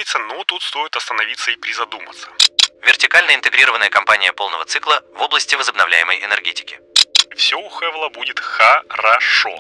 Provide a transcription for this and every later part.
говорится, но тут стоит остановиться и призадуматься. Вертикально интегрированная компания полного цикла в области возобновляемой энергетики. Все у Хевела будет хорошо.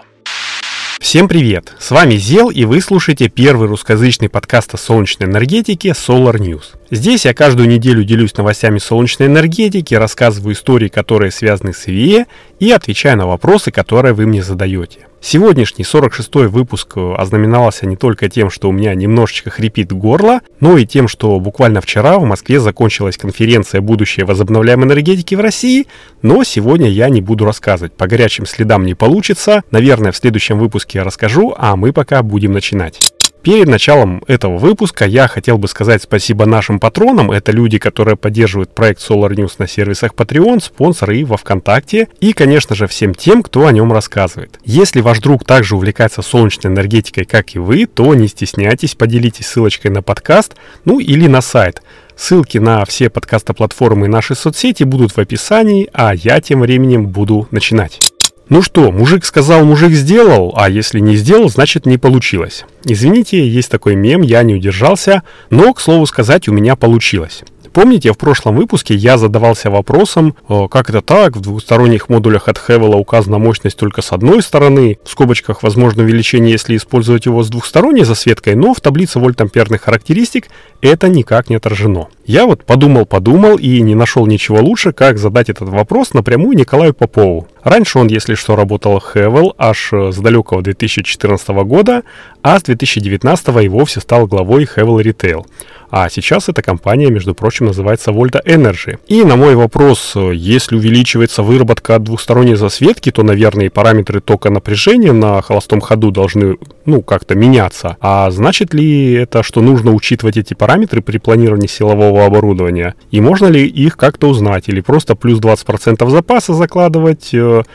Всем привет! С вами Зел, и вы слушаете первый русскоязычный подкаст о солнечной энергетике Solar News. Здесь я каждую неделю делюсь новостями солнечной энергетики, рассказываю истории, которые связаны с ИВЕ, и отвечаю на вопросы, которые вы мне задаете. Сегодняшний 46-й выпуск ознаменовался не только тем, что у меня немножечко хрипит горло, но и тем, что буквально вчера в Москве закончилась конференция «Будущее возобновляемой энергетики в России», но сегодня я не буду рассказывать, по горячим следам не получится, наверное, в следующем выпуске я расскажу, а мы пока будем начинать. Перед началом этого выпуска я хотел бы сказать спасибо нашим патронам. Это люди, которые поддерживают проект Solar News на сервисах Patreon, спонсоры и во ВКонтакте. И, конечно же, всем тем, кто о нем рассказывает. Если ваш друг также увлекается солнечной энергетикой, как и вы, то не стесняйтесь, поделитесь ссылочкой на подкаст, или на сайт. Ссылки на все подкастоплатформы и наши соцсети будут в описании, а я тем временем буду начинать. Ну что, мужик сказал, мужик сделал, а если не сделал, значит не получилось. Извините, есть такой мем, я не удержался, но, к слову сказать, у меня получилось. Помните, в прошлом выпуске я задавался вопросом, как это так, в двухсторонних модулях от Хевела указана мощность только с одной стороны, в скобочках возможно увеличение, если использовать его с двухсторонней засветкой, но в таблице вольтамперных характеристик это никак не отражено. Я подумал и не нашел ничего лучше, как задать этот вопрос напрямую Николаю Попову. Раньше он, если что, работал в Хевел аж с далекого 2014 года, а с 2019 и вовсе стал главой Хевел Retail. А сейчас эта компания, между прочим, называется Volta Energy. И на мой вопрос, если увеличивается выработка от двухсторонней засветки, то, наверное, и параметры тока напряжения на холостом ходу должны, как-то меняться. А значит ли это, что нужно учитывать эти параметры при планировании силового оборудования? И можно ли их как-то узнать? Или просто плюс 20% запаса закладывать?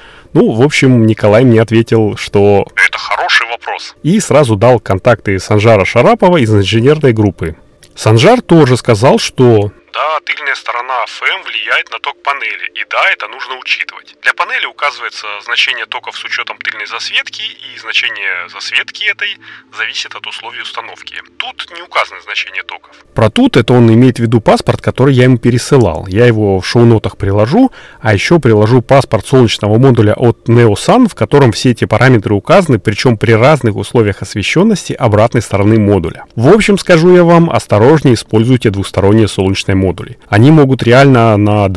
В общем, Николай мне ответил, что это хороший вопрос. И сразу дал контакты Санжара Шарапова из инженерной группы. Санжар тоже сказал, что да, тыльная сторона ФМ влияет на ток панели, и да, это нужно учитывать. Для панели указывается значение токов с учетом тыльной засветки, и значение засветки этой зависит от условий установки. Тут не указаны значения токов. Про тут это он имеет в виду паспорт, который я ему пересылал. Я его в шоу-нотах приложу, а еще приложу паспорт солнечного модуля от NeoSun, в котором все эти параметры указаны, причем при разных условиях освещенности обратной стороны модуля. В общем, скажу я вам, осторожнее используйте двусторонние солнечные модули. Они могут реально на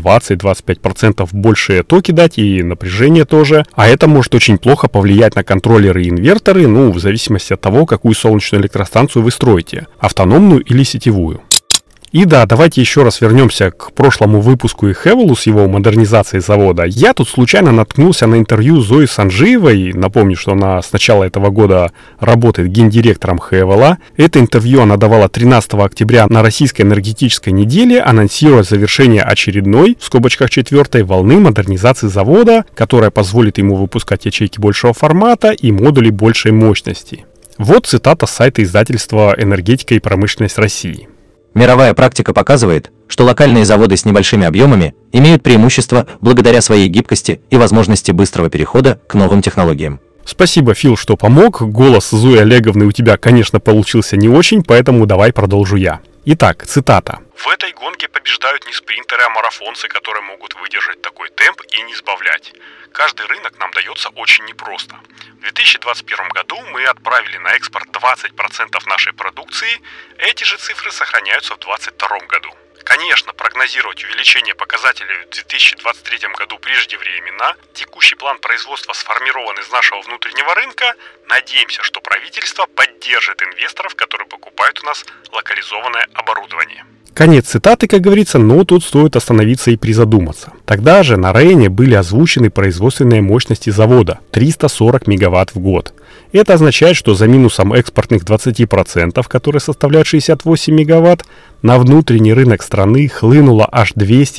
20-25% больше токи дать и напряжение тоже, а это может очень плохо повлиять на контроллеры и инверторы, в зависимости от того, какую солнечную электростанцию вы строите, автономную или сетевую. И да, давайте еще раз вернемся к прошлому выпуску и Хевелу с его модернизацией завода. Я тут случайно наткнулся на интервью Зои Санжиевой. Напомню, что она с начала этого года работает гендиректором Хевела. Это интервью она давала 13 октября на Российской энергетической неделе, анонсируя завершение очередной, в скобочках 4-й, волны модернизации завода, которая позволит ему выпускать ячейки большего формата и модули большей мощности. Вот цитата с сайта издательства «Энергетика и промышленность России». Мировая практика показывает, что локальные заводы с небольшими объемами имеют преимущество благодаря своей гибкости и возможности быстрого перехода к новым технологиям. Спасибо, Фил, что помог. Голос Зои Олеговны у тебя, конечно, получился не очень, поэтому давай продолжу я. Итак, цитата. В этой гонке побеждают не спринтеры, а марафонцы, которые могут выдержать такой темп и не сбавлять. Каждый рынок нам дается очень непросто. В 2021 году мы отправили на экспорт 20% нашей продукции, эти же цифры сохраняются в 2022 году. Конечно, прогнозировать увеличение показателей в 2023 году преждевременно. Текущий план производства сформирован из нашего внутреннего рынка. Надеемся, что правительство поддержит инвесторов, которые покупают у нас локализованное оборудование. Конец цитаты, как говорится, но тут стоит остановиться и призадуматься. Тогда же на Рейне были озвучены производственные мощности завода – 340 мегаватт в год. Это означает, что за минусом экспортных 20%, которые составляют 68 мегаватт, на внутренний рынок страны хлынуло аж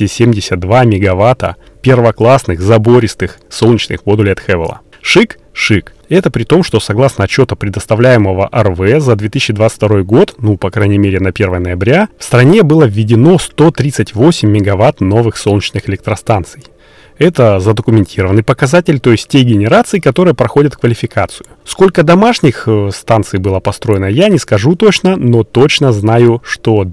272 мегаватта первоклассных забористых солнечных модулей от Хевела. Шик? Шик. Это при том, что согласно отчету предоставляемого РВ за 2022 год, по крайней мере на 1 ноября, в стране было введено 138 мегаватт новых солнечных электростанций. Это задокументированный показатель, то есть те генерации, которые проходят квалификацию. Сколько домашних станций было построено, я не скажу точно, но точно знаю, что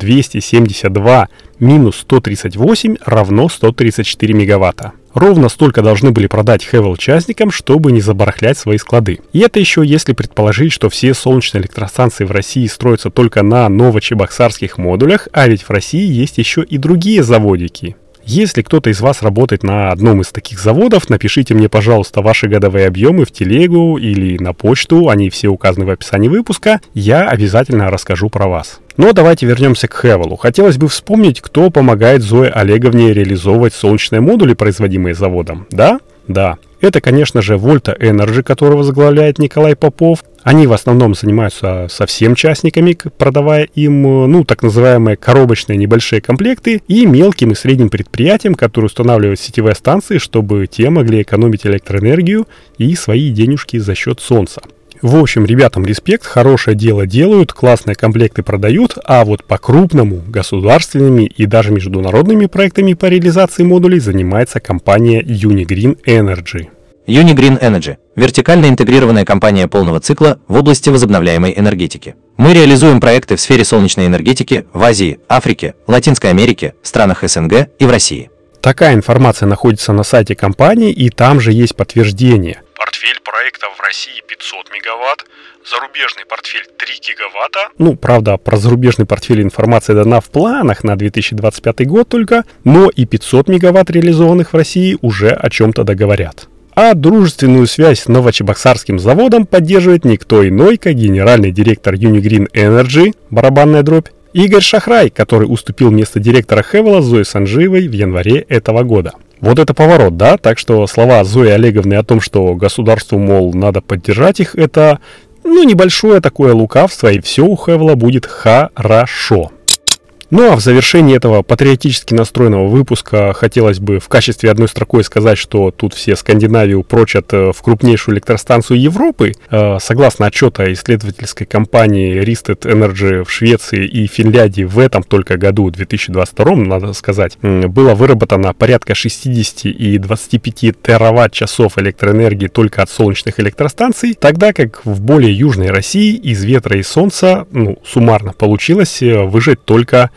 272 минус 138 равно 134 мегаватта. Ровно столько должны были продать Хевел-участникам, чтобы не забарахлять свои склады. И это еще если предположить, что все солнечные электростанции в России строятся только на новочебоксарских модулях, а ведь в России есть еще и другие заводики. Если кто-то из вас работает на одном из таких заводов, напишите мне, пожалуйста, ваши годовые объемы в телегу или на почту, они все указаны в описании выпуска, я обязательно расскажу про вас. Но давайте вернемся к Хевелу. Хотелось бы вспомнить, кто помогает Зое Олеговне реализовывать солнечные модули, производимые заводом. Да? Да. Это, конечно же, Volta Energy, которого возглавляет Николай Попов. Они в основном занимаются совсем частниками, продавая им, так называемые коробочные небольшие комплекты, и мелким и средним предприятиям, которые устанавливают сетевые станции, чтобы те могли экономить электроэнергию и свои денежки за счет солнца. В общем, ребятам респект, хорошее дело делают, классные комплекты продают, а вот по-крупному государственными и даже международными проектами по реализации модулей занимается компания Unigreen Energy. Unigreen Energy – вертикально интегрированная компания полного цикла в области возобновляемой энергетики. Мы реализуем проекты в сфере солнечной энергетики в Азии, Африке, Латинской Америке, странах СНГ и в России. Такая информация находится на сайте компании, и там же есть подтверждение. Портфель проектов в России 500 мегаватт, зарубежный портфель 3 гигаватта. Правда, про зарубежный портфель информация дана в планах на 2025 год только, но и 500 мегаватт реализованных в России уже о чем-то договорят. А дружественную связь с новочебоксарским заводом поддерживает никто иной, как генеральный директор Unigreen Energy, барабанная дробь, Игорь Шахрай, который уступил место директора Хевела Зое Санжиевой в январе этого года. Вот это поворот, да? Так что слова Зои Олеговны о том, что государству, мол, надо поддержать их, это, небольшое такое лукавство, и все у Хевела будет хорошо. Ну а в завершении этого патриотически настроенного выпуска хотелось бы в качестве одной строкой сказать, что тут все Скандинавию прочат в крупнейшую электростанцию Европы. Согласно отчету исследовательской компании Rystad Energy в Швеции и Финляндии в этом только году, 2022, надо сказать, было выработано порядка 60 и 25 тераватт-часов электроэнергии только от солнечных электростанций, тогда как в более южной России из ветра и солнца, суммарно получилось выжать только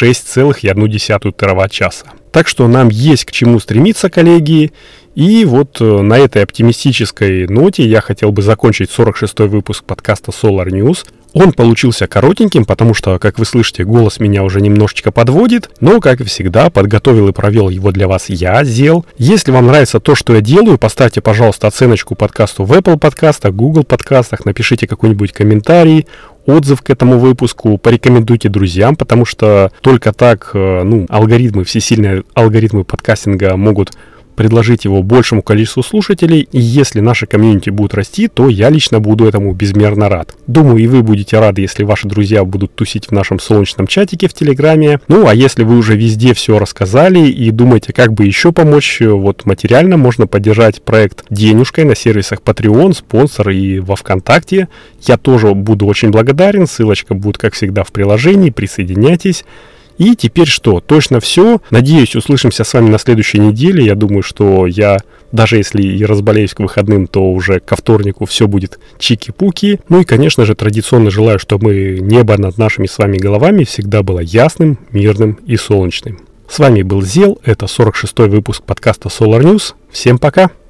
6,1 тераватт-часа. Так что нам есть к чему стремиться, коллеги. И вот на этой оптимистической ноте я хотел бы закончить 46-й выпуск подкаста Solar News. Он получился коротеньким, потому что, как вы слышите, голос меня уже немножечко подводит, но, как и всегда, подготовил и провел его для вас я, Зел. Если вам нравится то, что я делаю, поставьте, пожалуйста, оценочку подкасту в Apple подкастах, Google подкастах, напишите какой-нибудь комментарий, отзыв к этому выпуску, порекомендуйте друзьям, потому что только так, всесильные алгоритмы подкастинга могут предложить его большему количеству слушателей, и если наша комьюнити будет расти, то я лично буду этому безмерно рад. Думаю, и вы будете рады, если ваши друзья будут тусить в нашем солнечном чатике в Телеграме. А если вы уже везде все рассказали и думаете, как бы еще помочь, материально можно поддержать проект денежкой на сервисах Patreon, спонсор и во ВКонтакте. Я тоже буду очень благодарен, ссылочка будет, как всегда, в приложении, присоединяйтесь. И теперь что? Точно все. Надеюсь, услышимся с вами на следующей неделе. Я думаю, что я, даже если и разболеюсь к выходным, то уже ко вторнику все будет чики-пуки. И, конечно же, традиционно желаю, чтобы небо над нашими с вами головами всегда было ясным, мирным и солнечным. С вами был Зел. Это 46-й выпуск подкаста Solar News. Всем пока!